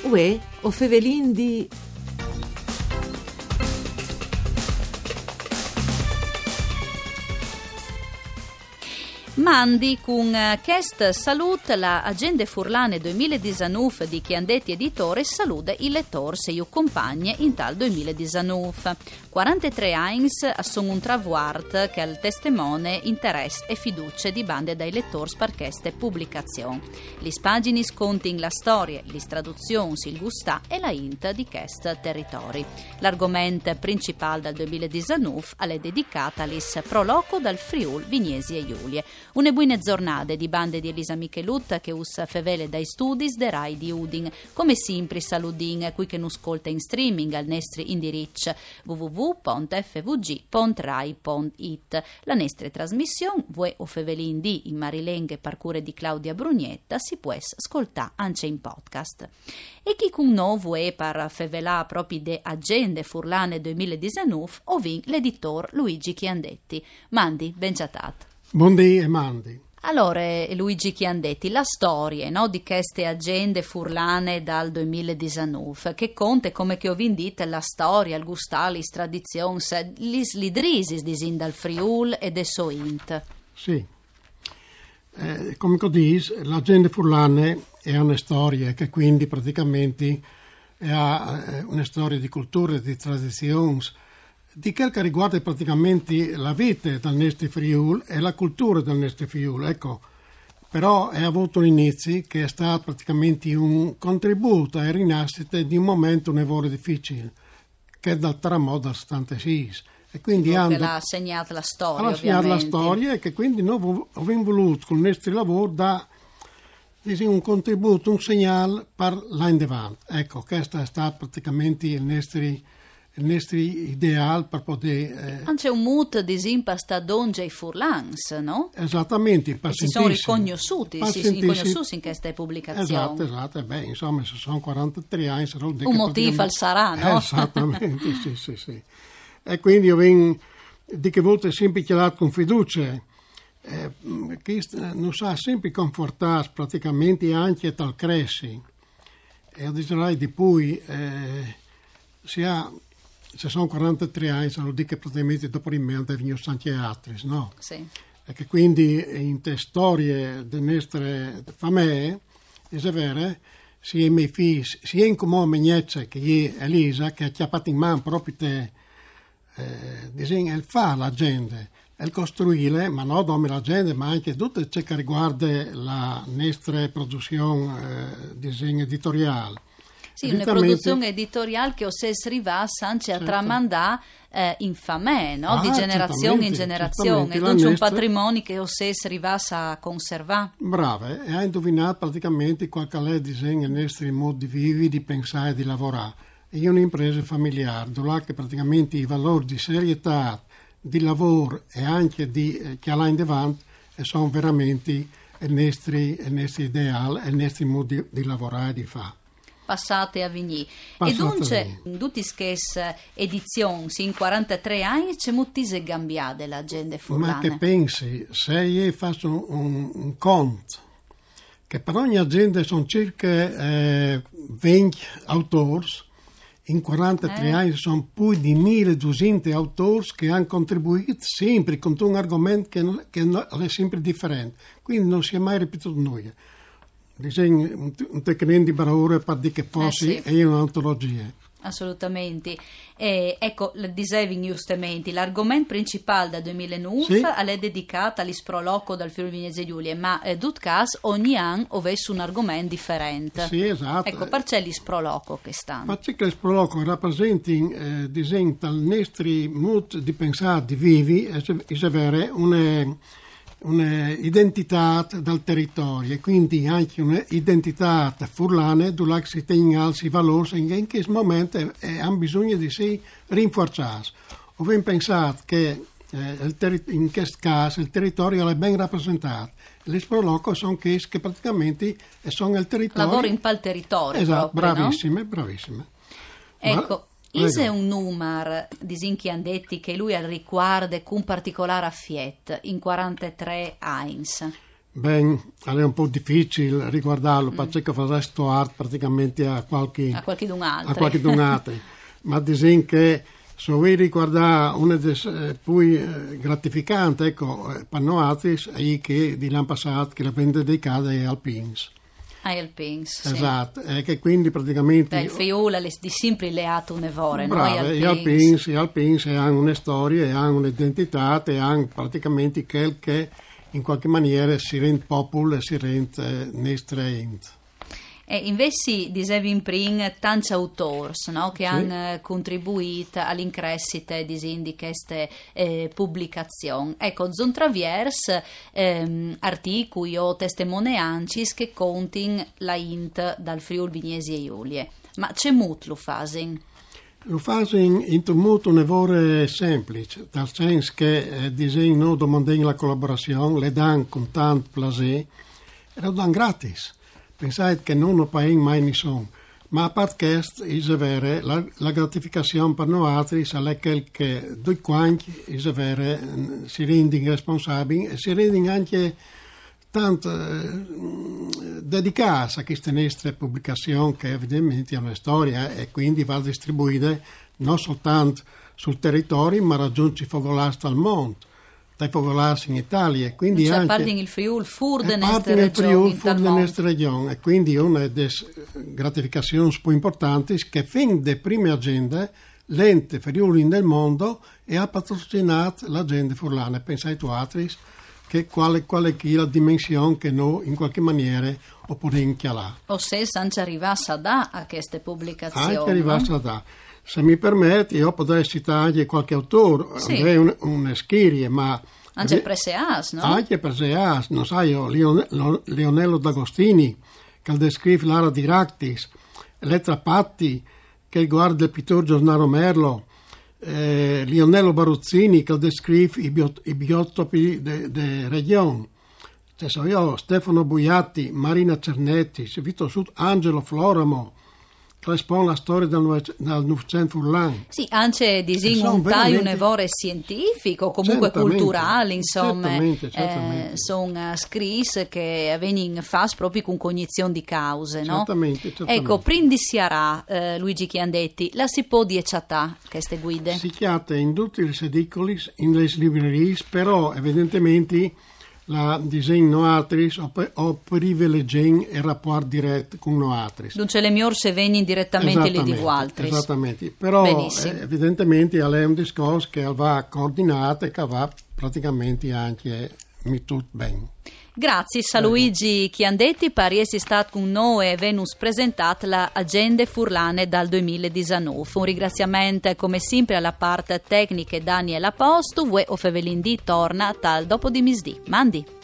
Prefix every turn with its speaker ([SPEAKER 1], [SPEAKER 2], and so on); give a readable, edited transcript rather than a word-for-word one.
[SPEAKER 1] Uè, o fevelin di...
[SPEAKER 2] Mandi con Chest Salut la Agende Furlane 2019 di Chiandetti Editore saluta i lettori e i compagni in tal 2019. 43 anni sono un travuart che al testimone interesse e fiducia di bande dai lettori per queste pubblicazioni. Le pagine scontin la storia, le traduzioni, il gustà e la int di questi territori. L'argomento principale del 2019 è dedicato all'is proloco dal Friul Vignesi e Giulie. Une buone giornate di bande di Elisa Michelut che us fevele dai studi de Rai di Udin. Come sempre saludin qui che nu ascolta in streaming al nostro indirizzo www.fvg.rai.it. La nostra trasmissione, voi o fevelin di in Marilenghe parcure di Claudia Brugnetta, si può ascoltare anche in podcast. E chi con noi vuoi per fevelà proprio de Agende Furlane 2019 ovin l'editor Luigi Chiandetti. Mandi, ben chatat.
[SPEAKER 3] Buondì e mandi.
[SPEAKER 2] Allora, Luigi Chiandetti, la storia, no, di queste agende furlane dal 2019, che conta come che ho vindito la storia, il gustali, le tradizioni, li drisis di sin dal Friul e de Soint.
[SPEAKER 3] Sì, come dici, l'agende furlane è una storia che quindi praticamente è una storia di cultura, di tradizioni, di quel che riguarda praticamente la vita del nostro Friul e la cultura del nostro Friul, ecco. Però ha avuto un inizio che è stato praticamente un contributo alla rinascita di un momento nevole difficile, che è dal tramonto del 76. E quindi
[SPEAKER 2] che l'ha segnato la storia, ovviamente.
[SPEAKER 3] La storia e che quindi noi abbiamo voluto con il nostro lavoro dare un contributo, un segnale per l'anno davanti. Ecco, questo è stato praticamente il nostro ideale per poter...
[SPEAKER 2] Anche un mood di impasta donge e furlans, no?
[SPEAKER 3] Esattamente.
[SPEAKER 2] Si sono riconosciuti in queste pubblicazioni.
[SPEAKER 3] Esatto. Beh, insomma, se sono 43 anni...
[SPEAKER 2] Un motivo al sarà, no?
[SPEAKER 3] Esattamente, sì. E quindi io vengo di che volte sempre chiamato con fiducia, che non sa sempre confortare praticamente anche dal cresci. E io direi di poi se sono 43 anni, sono di che praticamente dopo di me vengono anche altri, no?
[SPEAKER 2] Sì.
[SPEAKER 3] E che quindi in te storie delle nostre famiglie, è vero, sia i miei figli, sia in come mia che è Elisa, che ha chiappato in mano proprio te, il fare la gente, il costruire, ma non come la gente, ma anche tutto ciò che riguarda la nostra produzione disegno editoriale.
[SPEAKER 2] Sì, una produzione editoriale che Osses Rivas anche a tramandà in famè, no? Di generazione in generazione, dunque un patrimonio che Osses Rivas a conservare.
[SPEAKER 3] Brava, e ha indovinato praticamente qual è il disegno dei nostri modi di vivere, di pensare e di lavorare. E è un'impresa familiare, dove praticamente i valori di serietà, di lavoro e anche che ha in davanti sono veramente il nostro ideale e il nostro modo di lavorare e di fare.
[SPEAKER 2] Passate a Vigny. E dunque, in tutte queste edizioni, in 43 anni, c'è moltissime cambiate l'agenda furlane.
[SPEAKER 3] Ma che pensi, se io faccio un conto, che per ogni agenda sono circa 20 autori, in 43 anni sono più di 1200 autori che hanno contribuito sempre con un argomento che è sempre differente. Quindi non si è mai ripetuto nulla. Disegno un tecnico di barore per dire che fosse è un'antologia.
[SPEAKER 2] Assolutamente. Ecco, dicevi giustamente, l'argomento principale del 2009 è dedicato all'isproloco dal Friuli Vignesi Giulie, ma Dutcas ogni anno avesse un argomento differente.
[SPEAKER 3] Sì, esatto.
[SPEAKER 2] Ecco, perché l'isproloco che stanno?
[SPEAKER 3] Perché l'isproloco rappresenta disegno dal nostro modo di pensare, di vivere, è vero, un'identità dal territorio e quindi anche un'identità furlane dove si tengono i valori in questo momento hanno bisogno di si rinforzare. Ho ben pensato che in questo caso il territorio è ben rappresentato. Le sproloco sono questi che praticamente sono il territorio.
[SPEAKER 2] Lavoro in pal territorio.
[SPEAKER 3] Esatto,
[SPEAKER 2] proprio,
[SPEAKER 3] bravissime.
[SPEAKER 2] Ecco. È un numero di Chiandetti che lui riguarda con particolare affetto in 43 anni?
[SPEAKER 3] ben, è un po' difficile riguardarlo, perché fa sto art praticamente a qualche
[SPEAKER 2] d'un altro.
[SPEAKER 3] Ma dicono che se vuoi riguardare una delle più gratificanti, ecco, per noi è che di l'anno passato che la vende dedicata ai Alpins.
[SPEAKER 2] Ai Alpins, sì.
[SPEAKER 3] Esatto, e che quindi praticamente...
[SPEAKER 2] Il Friuli è di sempre leato un'evore, no?
[SPEAKER 3] Gli Alpins hanno una storia, hanno un'identità e hanno praticamente quel che in qualche maniera si rende popolo e si rende nestraente.
[SPEAKER 2] E invece dicevi in prima tanti autori, no? Che hanno contribuito all'increscita di queste pubblicazioni. Ecco, sono traverso articoli o testimonianze che contano la int dal Friuli Vignesi e Giulie. Ma c'è molto lo fanno?
[SPEAKER 3] Lo fanno in molto un'evore semplice, dal senso che noi domandiamo la collaborazione, le danno con tanto piacere e lo danno gratis. Pensate che non lo paghiamo mai nessuno, ma a parte questo, è vero, la gratificazione per noi è quel che due quanti, è vero, si rendono responsabili e si rendono anche tanto dedicati a queste nostre pubblicazioni che evidentemente hanno una storia e quindi va distribuita non soltanto sul territorio ma raggiunge i focolari al mondo. Dai focolari in Italia, quindi
[SPEAKER 2] cioè,
[SPEAKER 3] anche
[SPEAKER 2] parte il Friuli fur de nostra
[SPEAKER 3] regione e quindi una delle gratificazioni più importanti è che fin da prime agende l'ente Friuli nel mondo e ha patrocinato l'agenda furlana. Pensate tu altri che quale è la dimensione che noi in qualche maniera opporremo chialare.
[SPEAKER 2] O se anche arrivasse a queste pubblicazioni.
[SPEAKER 3] Anche arrivasse a da. Se mi permetti, io potrei citare qualche autore,
[SPEAKER 2] sì.
[SPEAKER 3] una schiria, ma...
[SPEAKER 2] Anche Preseas, no?
[SPEAKER 3] Anche Preseas, non sai, Leonello D'Agostini, che descrive l'ara di Ractis, Elettra Patti, che guarda il pittore Giornaro Merlo, Lionello Baruzzini, che descrive i biotopi della regione. Cioè, so io, Stefano Buiatti, Marina Cernetti, Vito Sud, Angelo Floramo, che espone la storia del Novecento furlan.
[SPEAKER 2] Sì, anche un taglio un evore scientifico, comunque culturale, insomma,
[SPEAKER 3] certamente.
[SPEAKER 2] Sono scrisse che vengono fatti proprio con cognizione di cause, no?
[SPEAKER 3] Certamente.
[SPEAKER 2] Ecco, prindi si arà, Luigi Chiandetti, la si può dieciatà queste guide?
[SPEAKER 3] Si chiama in tutti i edicoli, in le librerie, però evidentemente la disegno noatris o privilegiano il rapporto diretto con noatris.
[SPEAKER 2] Dunque le miorse vengono direttamente lì di Gualtris.
[SPEAKER 3] Esattamente, però evidentemente è un discorso che va coordinato e che va praticamente anche tutto bene.
[SPEAKER 2] Grazie a Luigi Chiandetti per essere stato con noi e venus presentato la Agende Furlane dal 2019. Un ringraziamento come sempre alla parte tecnica Daniela Postu, o Fevelin D torna tal dopo di misdì. Mandi.